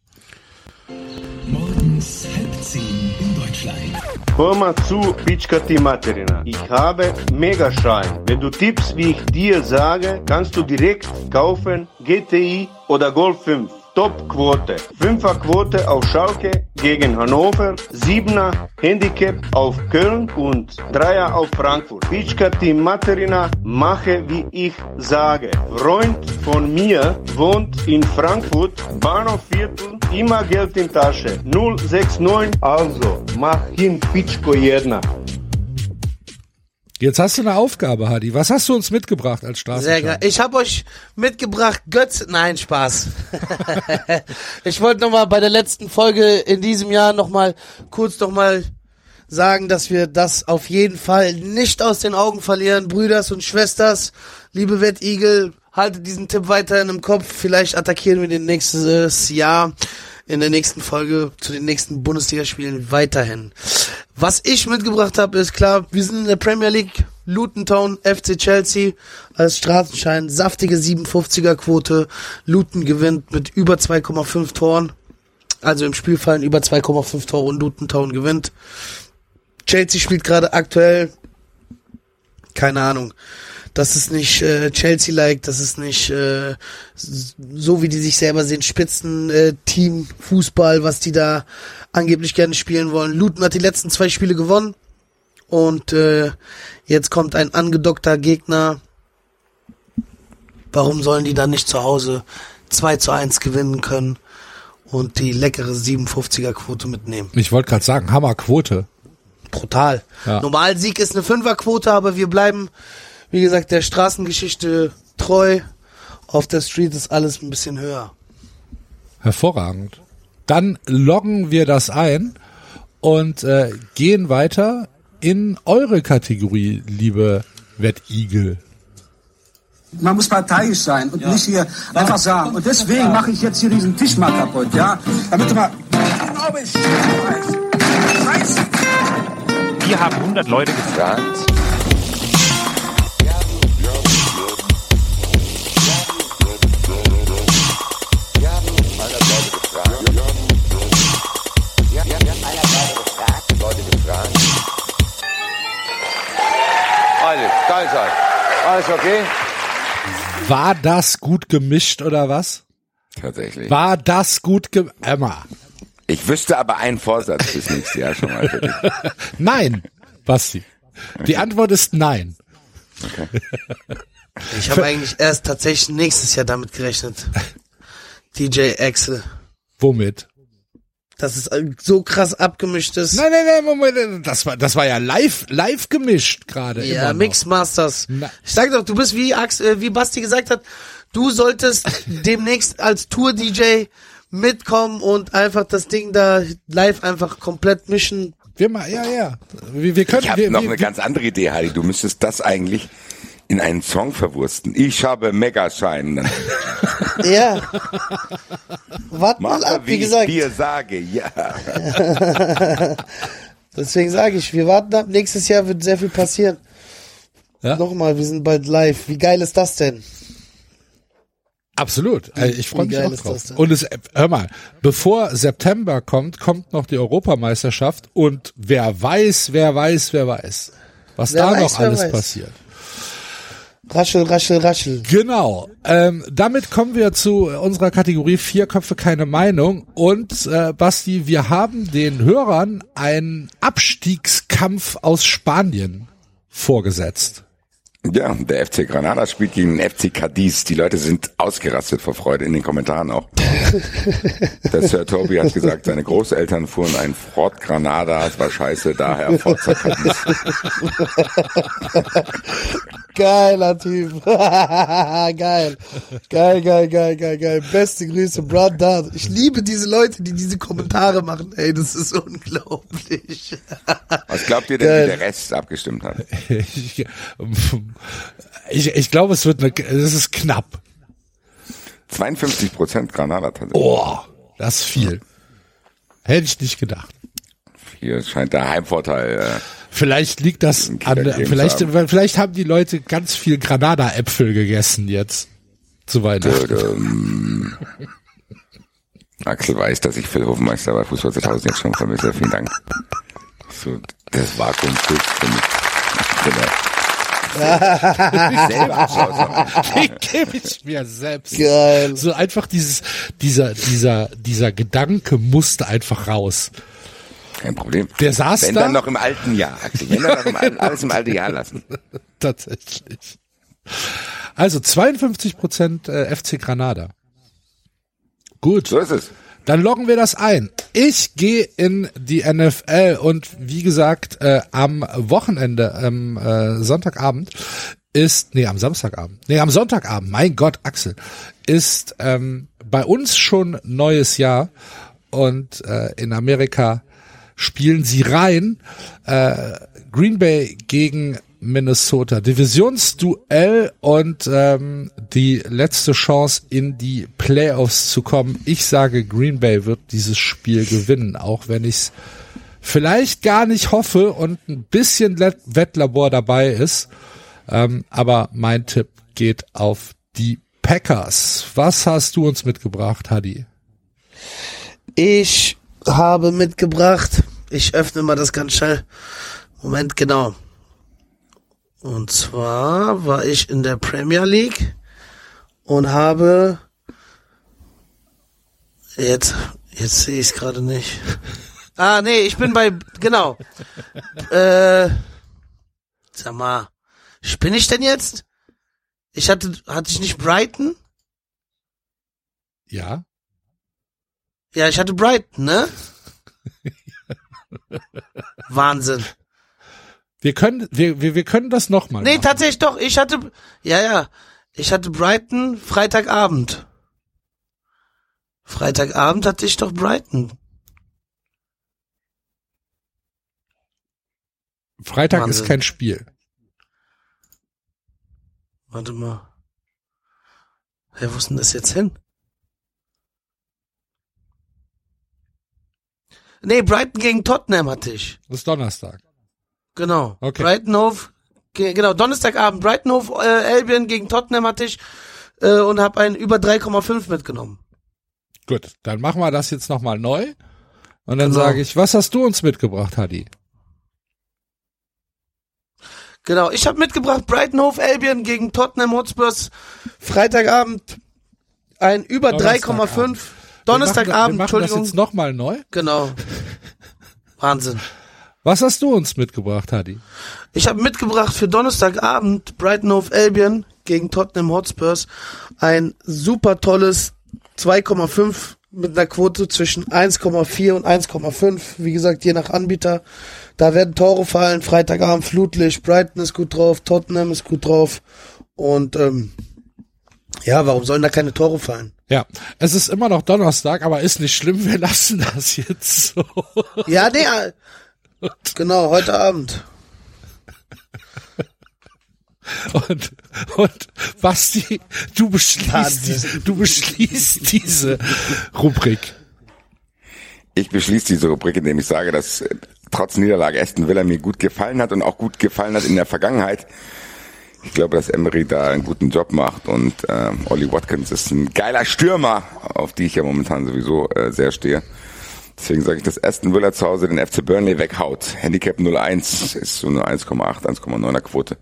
Morgens 9:30 in Deutschland. Hör mal zu, Pichka die Materina. Ich habe Megaschein. Wenn du tippst, wie ich dir sage, kannst du direkt kaufen GTI oder Golf 5. Top-Quote. 5er-Quote auf Schalke gegen Hannover, 7er Handicap auf Köln und 3er auf Frankfurt. Pichka die Materina, mache wie ich sage. Freund von mir wohnt in Frankfurt, Bahnhofviertel, immer Geld in Tasche. 069, also mach hin Pichko jedna. Jetzt hast du eine Aufgabe, Hadi. Was hast du uns mitgebracht als Straßenschau? Sehr geil. Ich habe euch mitgebracht Nein, Spaß. Ich wollte nochmal bei der letzten Folge in diesem Jahr kurz sagen, dass wir das auf jeden Fall nicht aus den Augen verlieren. Brüders und Schwesters, liebe Wettigel, haltet diesen Tipp weiterhin im Kopf. Vielleicht attackieren wir den nächstes Jahr in der nächsten Folge zu den nächsten Bundesligaspielen weiterhin. Was ich mitgebracht habe, ist klar, wir sind in der Premier League, Luton Town, FC Chelsea als Straßenschein, saftige 57er Quote, Luton gewinnt mit über 2,5 Toren, also im Spiel fallen über 2,5 Tore und Luton Town gewinnt. Chelsea spielt gerade aktuell keine Ahnung. Das ist nicht Chelsea-like, das ist nicht so, wie die sich selber sehen, Spitzen-Team-Fußball, was die da angeblich gerne spielen wollen. Luton hat die letzten 2 Spiele gewonnen und jetzt kommt ein angedockter Gegner. Warum sollen die dann nicht zu Hause 2-1 gewinnen können und die leckere 57er-Quote mitnehmen? Ich wollte gerade sagen, Hammerquote. Brutal. Ja. Normalsieg ist eine 5er-Quote, aber wir bleiben, wie gesagt, der Straßengeschichte treu. Auf der Street ist alles ein bisschen höher. Hervorragend. Dann loggen wir das ein und gehen weiter in eure Kategorie, liebe Wettigel. Man muss parteiisch sein und nicht hier einfach sagen. Und deswegen mache ich jetzt hier diesen Tisch mal kaputt, ja? Damit du mal... Scheiße! Wir haben 100 Leute gefragt. Alles okay? War das gut gemischt oder was? Tatsächlich. War das gut Emma. Ich wüsste aber einen Vorsatz fürs nächste Jahr schon mal für dich. Nein, Basti. Die Antwort ist nein. Okay. Ich habe eigentlich erst tatsächlich nächstes Jahr damit gerechnet. DJ Axel. Womit? Dass es so krass abgemischt ist. Nein, Moment, das war ja live gemischt gerade. Ja, Mixmasters. Ich sag doch, du bist wie Basti gesagt hat, du solltest demnächst als Tour-DJ mitkommen und einfach das Ding da live einfach komplett mischen. Wir können. Ich habe noch eine ganz andere Idee, Hardy. Du müsstest das eigentlich in einen Song verwursten. Ich habe Megaschein. Ja. Warte mal ab, wie gesagt. Ich dir sage, ja. Deswegen sage ich, wir warten ab. Nächstes Jahr wird sehr viel passieren. Ja? Nochmal, wir sind bald live. Wie geil ist das denn? Absolut. Ich freue mich auch drauf. denn? Und hör mal, bevor September kommt noch die Europameisterschaft und wer weiß, was da noch alles passiert. Raschel. Genau. Damit kommen wir zu unserer Kategorie 4 Köpfe, keine Meinung. Und Basti, wir haben den Hörern einen Abstiegskampf aus Spanien vorgesetzt. Ja, der FC Granada spielt gegen den FC Cadiz. Die Leute sind ausgerastet vor Freude, in den Kommentaren auch. Der Sir Toby hat gesagt, seine Großeltern fuhren ein Ford Granada, es war scheiße, daher Forza Cadiz. Geiler Typ. Geil. Beste Grüße, Brother. Ich liebe diese Leute, die diese Kommentare machen. Ey, das ist unglaublich. Was glaubt ihr denn, wie der Rest abgestimmt hat? Ich glaube, es ist knapp. 52% Granada tatsächlich. Oh, das ist viel. Hätte ich nicht gedacht. Hier scheint der Heimvorteil. Vielleicht liegt das an, vielleicht haben die Leute ganz viel Granada-Äpfel gegessen jetzt zu Weihnachten. Axel weiß, dass ich Phil Hofmeister bei Fußball 2000 jetzt schon vermisse. Vielen Dank. So, das Vakuum füllt für mich. Den gebe ich mir selbst. Geil. So einfach dieser Gedanke musste einfach raus. Kein Problem. Der saß Wenn da. dann noch im alten Jahr, Axel. Wenn dann noch alles im alten Jahr lassen. Tatsächlich. Also 52% FC Granada. Gut. So ist es. Dann loggen wir das ein. Ich gehe in die NFL und wie gesagt, am Wochenende, am Sonntagabend am Sonntagabend, mein Gott, Axel, ist bei uns schon neues Jahr und in Amerika spielen sie rein. Green Bay gegen Minnesota. Divisionsduell und die letzte Chance in die Playoffs zu kommen. Ich sage, Green Bay wird dieses Spiel gewinnen, auch wenn ich es vielleicht gar nicht hoffe und ein bisschen Wettlabor dabei ist. Aber mein Tipp geht auf die Packers. Was hast du uns mitgebracht, Hadi? Ich habe mitgebracht, ich öffne mal das ganz schnell. Moment, genau. Und zwar war ich in der Premier League und habe jetzt sehe ich es gerade nicht. Nee, ich bin genau. Sag mal, spinne ich denn jetzt? Hatte ich nicht Brighton? Ja. Ja, ich hatte Brighton, ne? Wahnsinn. Wir können das nochmal Nee, machen. tatsächlich doch. Ich hatte Brighton Freitagabend. Freitagabend hatte ich doch Brighton. Freitag Wahnsinn. ist kein Spiel. Warte mal. Hey, wo ist denn das jetzt hin? Nee, Brighton gegen Tottenham hatte ich. Das ist Donnerstag. Genau. Okay. Genau, Donnerstagabend Brighton Albion gegen Tottenham hatte ich und habe einen über 3,5 mitgenommen. Gut, dann machen wir das jetzt nochmal neu. Und dann Genau. sage ich, was hast du uns mitgebracht, Hadi? Genau, ich habe mitgebracht Brighton Albion gegen Tottenham Hotspurs. Freitagabend ein über 3,5. Donnerstagabend, wir machen Entschuldigung. das jetzt nochmal neu. Genau. Wahnsinn. Was hast du uns mitgebracht, Hadi? Ich habe mitgebracht für Donnerstagabend Brighton Albion gegen Tottenham Hotspurs ein super tolles 2,5 mit einer Quote zwischen 1,4 und 1,5. Wie gesagt, je nach Anbieter. Da werden Tore fallen. Freitagabend Flutlicht. Brighton ist gut drauf. Tottenham ist gut drauf. Und warum sollen da keine Tore fallen? Ja, es ist immer noch Donnerstag, aber ist nicht schlimm, wir lassen das jetzt so. Ja, nee, genau, heute Abend. Und Basti, du beschließt diese Rubrik. Ich beschließe diese Rubrik, indem ich sage, dass trotz Niederlage Aston Villa mir gut gefallen hat und auch gut gefallen hat in der Vergangenheit. Ich glaube, dass Emery da einen guten Job macht und Ollie Watkins ist ein geiler Stürmer, auf die ich ja momentan sowieso sehr stehe. Deswegen sage ich, dass Aston Villa zu Hause den FC Burnley weghaut. Handicap 0,1 ist so eine 1,8, 1,9er Quote.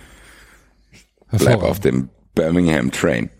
Bleib auf dem Birmingham Train.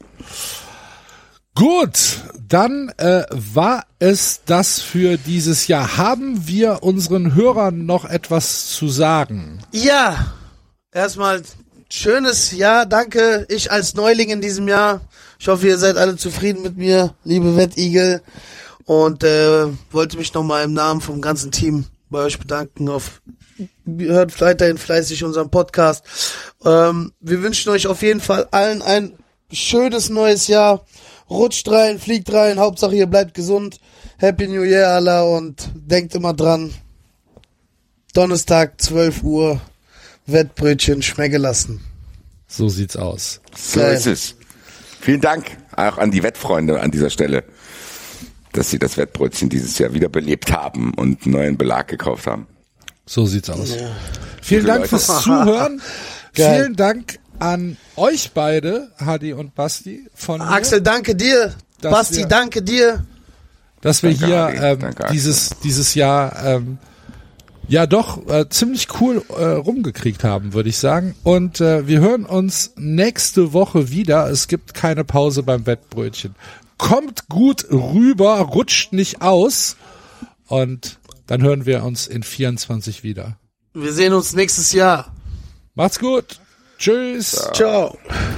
Gut, dann war es das für dieses Jahr. Haben wir unseren Hörern noch etwas zu sagen? Ja, erstmal schönes Jahr, danke. Ich als Neuling in diesem Jahr. Ich hoffe, ihr seid alle zufrieden mit mir, liebe Wettigel. Und wollte mich nochmal im Namen vom ganzen Team bei euch bedanken. Hört weiterhin fleißig unseren Podcast. Wir wünschen euch auf jeden Fall allen ein schönes neues Jahr. Rutscht rein, fliegt rein. Hauptsache ihr bleibt gesund. Happy New Year, Allah. Und denkt immer dran. Donnerstag, 12 Uhr. Wettbrötchen schmecken lassen. So sieht's aus. So ist es. Vielen Dank auch an die Wettfreunde an dieser Stelle, dass sie das Wettbrötchen dieses Jahr wieder belebt haben und einen neuen Belag gekauft haben. So sieht's aus. Ja. Vielen Gute Dank Leute. fürs Zuhören. Geil. Vielen Dank an euch beide, Hadi und Basti. Von mir, Axel, danke dir. Dass Basti, wir- danke dir. dass wir Danke, hier Hadi. Danke, Axel. dieses Jahr doch ziemlich cool rumgekriegt haben, würde ich sagen. Und wir hören uns nächste Woche wieder. Es gibt keine Pause beim Wettbrötchen. Kommt gut rüber, rutscht nicht aus. Und dann hören wir uns in 24 wieder. Wir sehen uns nächstes Jahr. Macht's gut. Tschüss. Ciao.